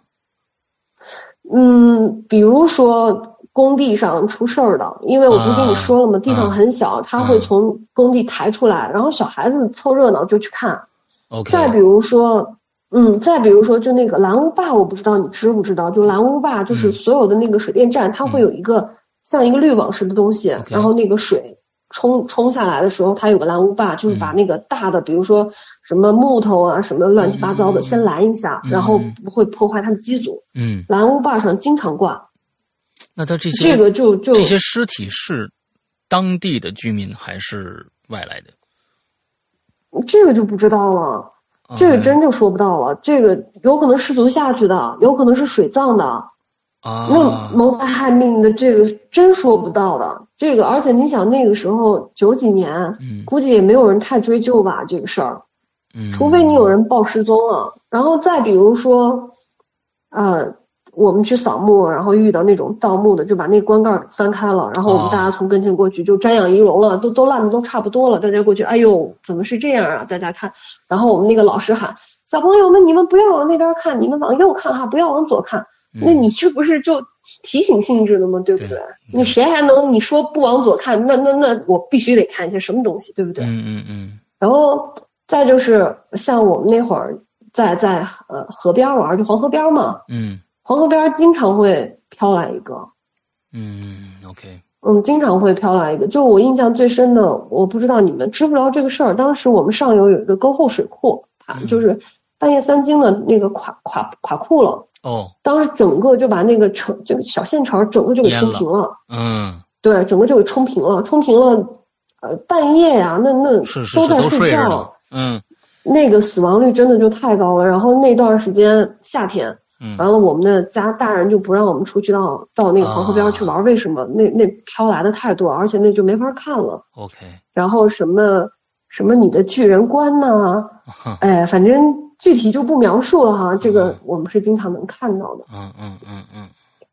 比如说工地上出事儿的，因为我不是跟你说了吗？地方很小，他会从工地抬出来，然后小孩子凑热闹就去看。 OK。 再比如说就那个蓝屋坝，我不知道你知不知道，就蓝屋坝就是所有的那个水电站，它会有一个像一个滤网式的东西，然后那个水冲下来的时候，它有个蓝屋坝，就是把那个大的，比如说什么木头啊，什么乱七八糟的，先拦一下，然后不会破坏它的机组。蓝屋坝上经常挂。 那他这个这些尸体是当地的居民还是外来的？ 这个就不知道了，这个真就说不到了。这个有可能失足下去的，有可能是水葬的。那谋财害命的这个真说不到的。这个而且你想那个时候90几年，估计也没有人太追究吧这个事儿。除非你有人报失踪了。然后再比如说我们去扫墓，然后遇到那种盗墓的，就把那棺盖翻开了，然后我们大家从跟前过去，就瞻仰仪容了，都烂的都差不多了，大家过去，哎呦，怎么是这样啊？大家看，然后我们那个老师喊，小朋友们，你们不要往那边看，你们往右看哈，不要往左看。那你这不是就提醒性质的吗？对不对？你谁还能你说不往左看？那我必须得看一些什么东西，对不对？然后再就是像我们那会儿在河边玩，就黄河边嘛。黄河边经常会飘来一个。 OK。 经常会飘来一个。就我印象最深的，我不知道你们知不知道这个事儿。当时我们上游有一个沟后水库，就是半夜3更的那个垮库了。当时整个就把那个这个小县城整个就给冲平了。对，整个就给冲平了。半夜呀，那都在睡觉。那个死亡率真的就太高了。然后那段时间夏天。完了，我们的家大人就不让我们出去到那个黄河边去玩。为什么？那飘来的太多，而且那就没法看了。 OK。 然后什么你的巨人观呐，反正具体就不描述了哈。这个我们是经常能看到的。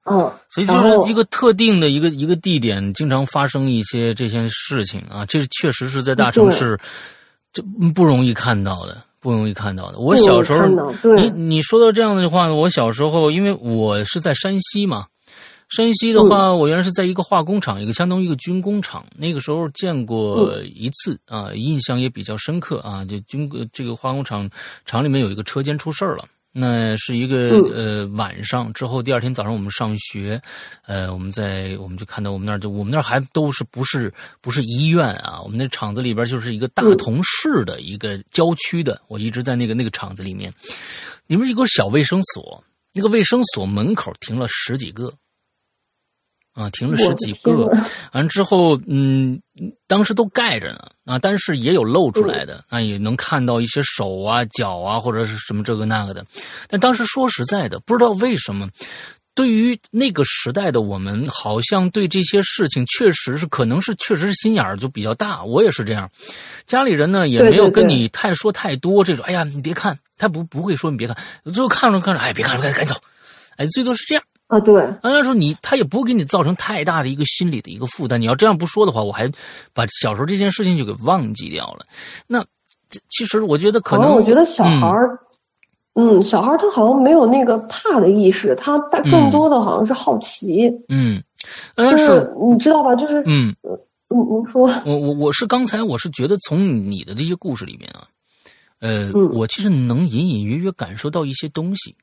所以就是一个特定的一个地点，经常发生一些这些事情啊，这确实是在大城市这不容易看到的。我小时候，你说到这样的话，我小时候因为我是在山西嘛，山西的话，我原来是在一个化工厂，一个相当于一个军工厂，那个时候见过一次啊，印象也比较深刻啊，就这个化工厂里面有一个车间出事了。那是一个晚上之后，第二天早上我们上学，我们就看到我们那儿还都是不是医院啊，我们那厂子里边就是一个大同市的一个郊区的，我一直在那个厂子里面有个小卫生所，那个卫生所门口停了10几个。停了10几个，完之后，当时都盖着呢啊，但是也有露出来的，也能看到一些手啊、脚啊，或者是什么这个那个的。但当时说实在的，不知道为什么，对于那个时代的我们，好像对这些事情确实是心眼儿就比较大。我也是这样，家里人呢也没有跟你说太多这种，哎呀，你别看，他不会说你别看，最后看着，哎，别看了，赶紧走，哎，最多是这样。 对， 那时候他也不会给你造成太大的一个心理的一个负担。你要这样不说的话，我还把小时候这件事情就给忘记掉了。那其实我觉得可能， 我觉得小孩儿，小孩他好像没有那个怕的意识，他更多的好像是好奇。 但是你知道吧？就是你说， 我是刚才我是觉得从你的这些故事里面啊，我其实能隐隐约约感受到一些东西。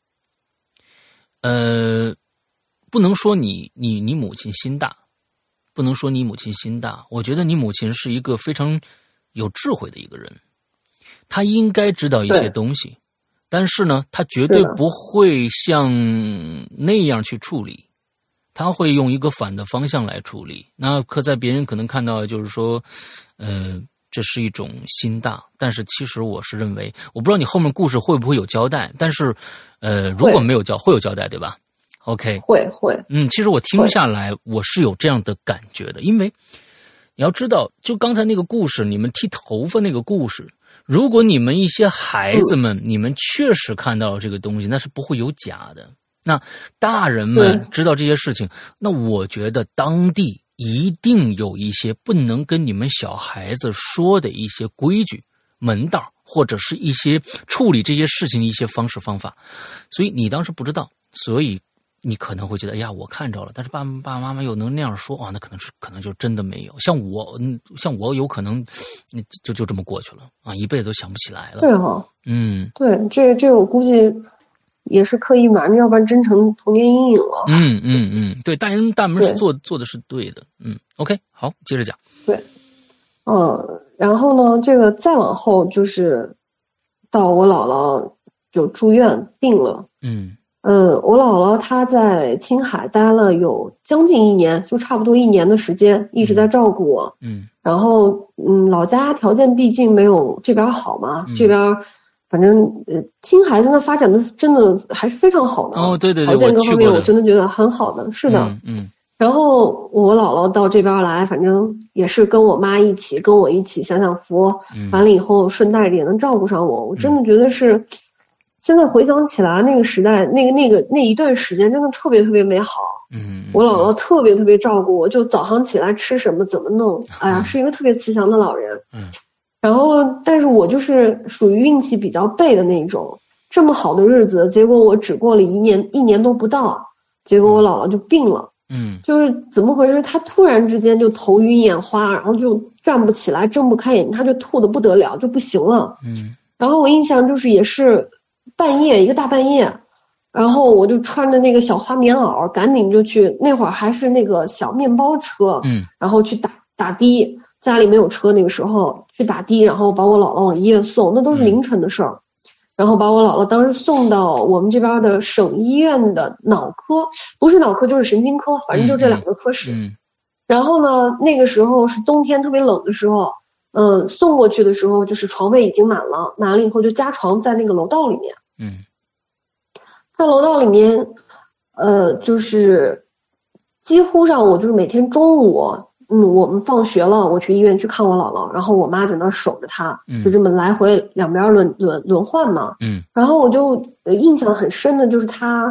不能说你母亲心大，不能说你母亲心大。我觉得你母亲是一个非常有智慧的一个人，她应该知道一些东西，但是呢，她绝对不会像那样去处理，她会用一个反的方向来处理。那在别人可能看到就是说，这是一种心大，但是其实我是认为，我不知道你后面故事会不会有交代，但是，如果没有会有交代，对吧 ？OK， 会， 其实我听下来，我是有这样的感觉的，因为你要知道，就刚才那个故事，你们剃头发那个故事，如果你们一些孩子们，你们确实看到了这个东西，那是不会有假的。那大人们知道这些事情，那我觉得当地一定有一些不能跟你们小孩子说的一些规矩、门道，或者是一些处理这些事情的一些方式方法。所以你当时不知道，所以你可能会觉得，哎呀，我看着了，但是爸爸妈妈又能那样说啊，那可能就真的没有。像我有可能就这么过去了啊，一辈子都想不起来了。 对对，这我估计也是刻意瞒着，要不然真成童年阴影了。 对，大门是做的是对的。OK， 好，接着讲。 对，然后呢，这个再往后就是到我姥姥就住院病了。我姥姥她在青海待了有将近1年，就差不多1年的时间，一直在照顾我。然后老家条件毕竟没有这边好嘛，这边反正青海现在发展的真的还是非常好的。 对， 条件各方面我真的觉得很好的。是的。然后我姥姥到这边来，反正也是跟我妈跟我一起享享福，完了以后顺带着也能照顾上我。我真的觉得是。现在回想起来，那个时代，那一段时间真的特别特别美好。我姥姥特别特别照顾我，就早上起来吃什么怎么弄，哎呀，是一个特别慈祥的老人。然后，但是我就是属于运气比较背的那种，这么好的日子，结果我只过了1年都不到，结果我姥姥就病了。就是怎么回事？她突然之间就头晕眼花，然后就站不起来，睁不开眼睛，她就吐得不得了，就不行了。然后我印象就是也是。一个大半夜，然后我就穿着那个小花棉袄，赶紧就去，那会儿还是那个小面包车，然后去打的，家里没有车，那个时候去打的，然后把我姥姥往医院送，那都是凌晨的事儿，然后把我姥姥当时送到我们这边的省医院的脑科，不是脑科就是神经科，反正就这2个科室。然后呢，那个时候是冬天特别冷的时候。送过去的时候就是床位已经满了以后就加床在那个楼道里面。在楼道里面，就是几乎上我就是每天中午，我们放学了，我去医院去看我姥姥，然后我妈在那守着她，就这么来回两边轮换嘛。然后我就印象很深的就是她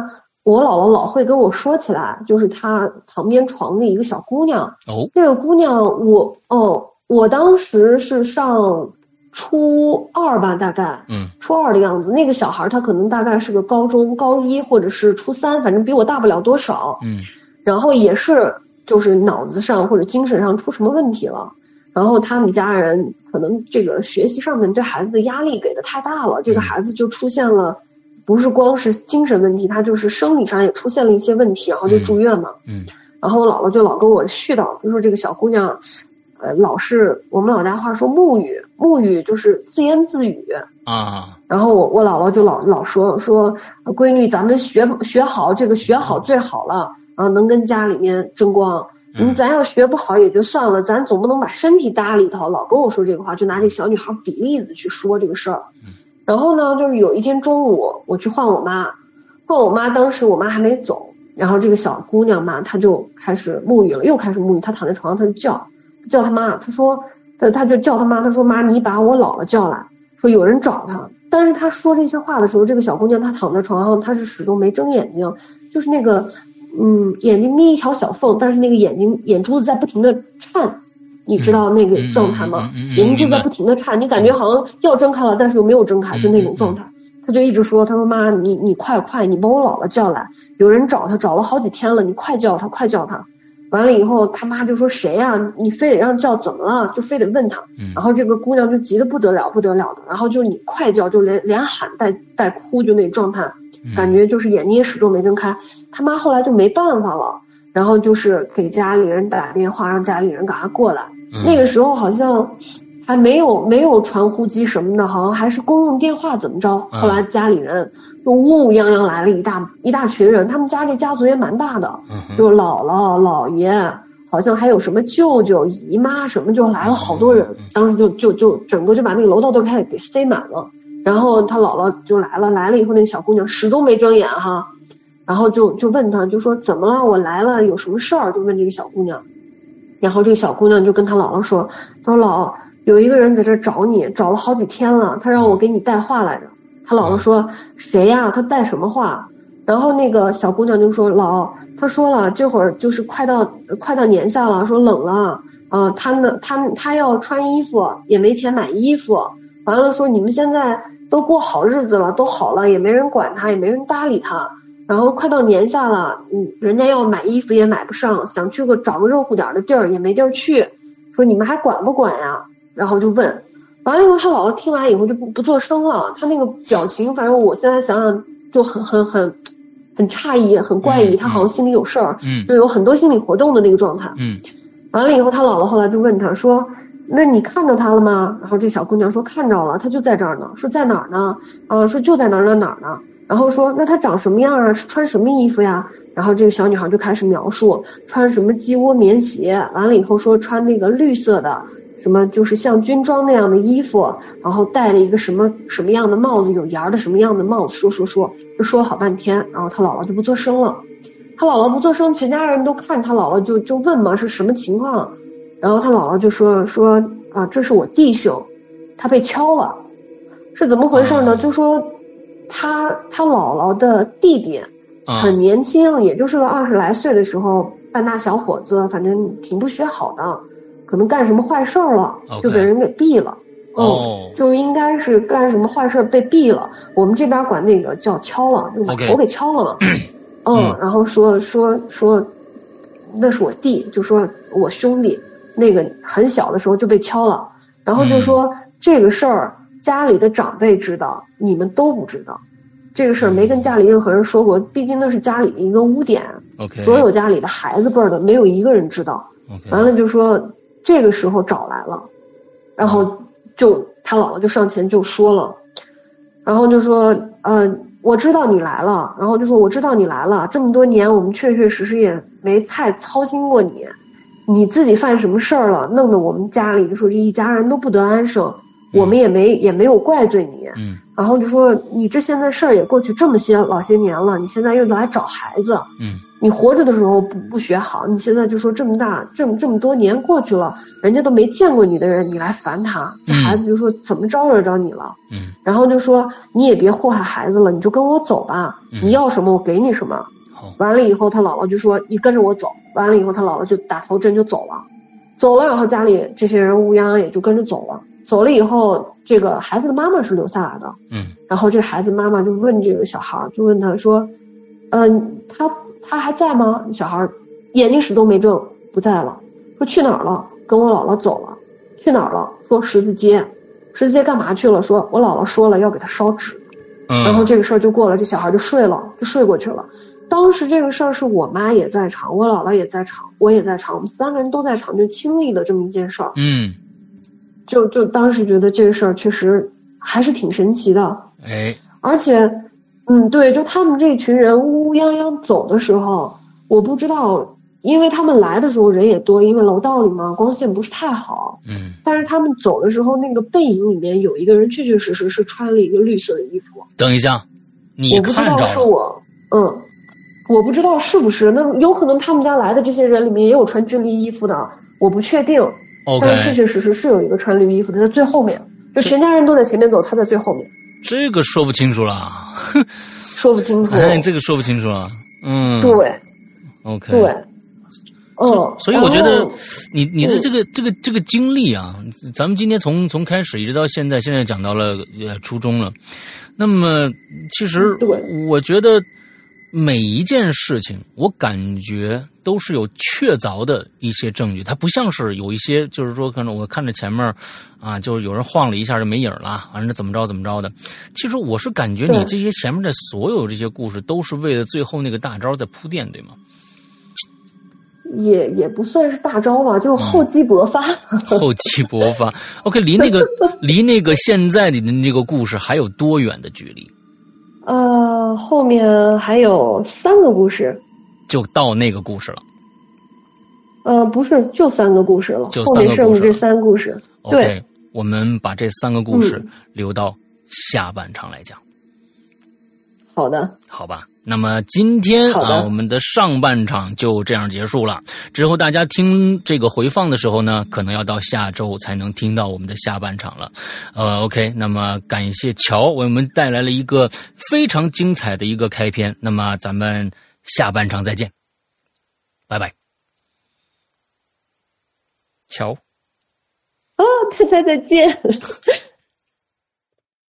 我姥姥老会跟我说起来，就是她旁边床的一个小姑娘。 哦， 那个姑娘我当时是上初2吧，大概，初2的样子。那个小孩他可能大概是个高中高1或者是初3，反正比我大不了多少。然后也是就是脑子上或者精神上出什么问题了，然后他们家人可能这个学习上面对孩子的压力给的太大了，这个孩子就出现了，不是光是精神问题，他就是生理上也出现了一些问题，然后就住院嘛。然后我姥姥就老跟我絮叨，就说这个小姑娘。老是我们老家话说木语就是自言自语啊。然后我姥姥就老说闺女，咱们学好这个学好最好了啊，能跟家里面争光。咱要学不好也就算了，咱总不能把身体搭里头。老跟我说这个话，就拿这小女孩比例子去说这个事儿。然后呢，就是有一天中午我去换我妈，当时我妈还没走，然后这个小姑娘嘛，她就开始沐浴了，又开始沐浴，她躺在床上，她就叫他妈，他就叫他妈，他说妈，你把我姥姥叫来，说有人找他。但是他说这些话的时候，这个小姑娘她躺在床上，她是始终没睁眼睛，就是那个眼睛眯一条小缝，但是那个眼珠子在不停的颤，你知道那个状态吗？眼睛就在不停的颤，你感觉好像要睁开了，但是又没有睁开，就那种状态。他就一直说，他说妈，你快，你把我姥姥叫来，有人找他，找了好几天了，你快叫他。完了以后，他妈就说谁呀？你非得让叫，怎么了？就非得问他。然后这个姑娘就急得不得了的，然后就是你快叫，就连喊带哭，就那状态，感觉就是眼睛也始终没睁开。他妈后来就没办法了，然后就是给家里人打电话，让家里人赶快过来。那个时候好像还没有传呼机什么的，好像还是公用电话怎么着。后来家里人就乌泱泱来了一大群人，他们家这家族也蛮大的，就姥姥姥爷，好像还有什么舅舅姨妈什么，就来了好多人。当时就整个就把那个楼道都开始给塞满了。然后他姥姥就来了以后，那个小姑娘始终没睁眼哈，然后就问他，就说怎么了？我来了，有什么事儿？就问这个小姑娘。然后这个小姑娘就跟她姥姥说姥，有一个人在这找你，找了好几天了，他让我给你带话来着。他姥姥说谁呀？他带什么话？然后那个小姑娘就说他说了，这会儿就是快到年下了，说冷了他要穿衣服也没钱买衣服，完了说你们现在都过好日子了，都好了，也没人管他，也没人搭理他，然后快到年下了，人家要买衣服也买不上，想去找个热乎点的地儿也没地儿去，说你们还管不管呀？然后就问，完了以后他姥姥听完以后就不作声了，他那个表情反正我现在想想就很诧异，很怪异，他好像心里有事儿，就有很多心理活动的那个状态。完了以后他姥姥后来就问他说，那你看着他了吗？然后这小姑娘说看着了，他就在这儿呢。说在哪儿呢？说就在哪儿呢。然后说那他长什么样啊？穿什么衣服呀？然后这个小女孩就开始描述，穿什么鸡窝棉鞋，完了以后说穿那个绿色的什么就是像军装那样的衣服，然后戴了一个什么样的帽子，有檐的什么样的帽子，说了好半天，然后他姥姥就不作声了。他姥姥不作声，全家人都看他姥姥就问嘛是什么情况，然后他姥姥就说这是我弟兄，他被敲了，是怎么回事呢？就说他姥姥的弟弟很年轻，也就是20来岁的时候，半大小伙子，反正挺不学好的，可能干什么坏事了，就被人给毙了。就应该是干什么坏事被毙了，我们这边管那个叫敲了，就把头给敲了嘛。然后说那是我弟，就说我兄弟那个很小的时候就被敲了，然后就说这个事儿家里的长辈知道，你们都不知道，这个事儿没跟家里任何人说过，毕竟那是家里的一个污点。所有家里的孩子辈儿的没有一个人知道。完了就说这个时候找来了，然后就他姥姥就上前就说了，然后就说我知道你来了，然后就说我知道你来了，这么多年我们确确实实也没太操心过你自己犯什么事儿了，弄得我们家里就说这一家人都不得安生，我们也没有怪罪你。然后就说你这现在事儿也过去这么老些年了，你现在又来找孩子，你活着的时候不学好，你现在就说这么多年过去了，人家都没见过你的人，你来烦他，这孩子就说怎么招惹着你了？然后就说你也别祸害孩子了，你就跟我走吧，你要什么我给你什么。 完了以后他姥姥就说你跟着我走，完了以后他姥姥就打头阵就走了，然后家里这些人乌泱泱也就跟着走了。走了以后，这个孩子的妈妈是留下来的，然后这个孩子妈妈就问这个小孩，就问他说，他还在吗？小孩眼睛始终没睁，不在了。说去哪儿了？跟我姥姥走了。去哪儿了？说十字街。十字街干嘛去了？说我姥姥说了要给他烧纸。然后这个事儿就过了，这小孩就睡了，就睡过去了。当时这个事儿是我妈也在场，我姥姥也在场，我也在场，我们3个人都在场，就亲历的这么一件事儿。就当时觉得这个事儿确实还是挺神奇的。而且对，就他们这群人乌乌泱泱走的时候，我不知道，因为他们来的时候人也多，因为楼道里嘛光线不是太好。但是他们走的时候，那个背影里面有一个人确确实实是穿了一个绿色的衣服。 等一下，你看着了？ 我不知道是我，我不知道是不是，那有可能他们家来的这些人里面也有穿军绿衣服的，我不确定。但是确确实实是有一个穿绿衣服的在最后面，就全家人都在前面走，他在最后面。 这个说不清楚了， 说不清楚。 这个说不清楚了。 对 ，OK， 对， 所以我觉得你的这个经历啊，咱们今天从开始一直到现在讲到了初中了。那么其实我觉得每一件事情，我感觉都是有确凿的一些证据，它不像是有一些就是说可能我看着前面啊，就是有人晃了一下就没影了，反正怎么着的。其实我是感觉你这些前面的所有这些故事都是为了最后那个大招在铺垫，对吗？ 也不算是大招吧，就厚积薄发。 厚积薄发。OK， 离那个现在的那个故事还有多远的距离？ 后面还有3个故事， 就到那个故事了。不是，就3个故事了。 就3个故事了， 后面剩这3个故事。 对， okay， 我们把这3个故事留到下半场来讲。 好的， 好吧。那么今天我们的上半场就这样结束了。之后大家听这个回放的时候呢，可能要到下周才能听到我们的下半场了。OK， 那么感谢乔为我们带来了一个非常精彩的一个开篇。那么咱们下半场再见，拜拜。乔， 大家再见。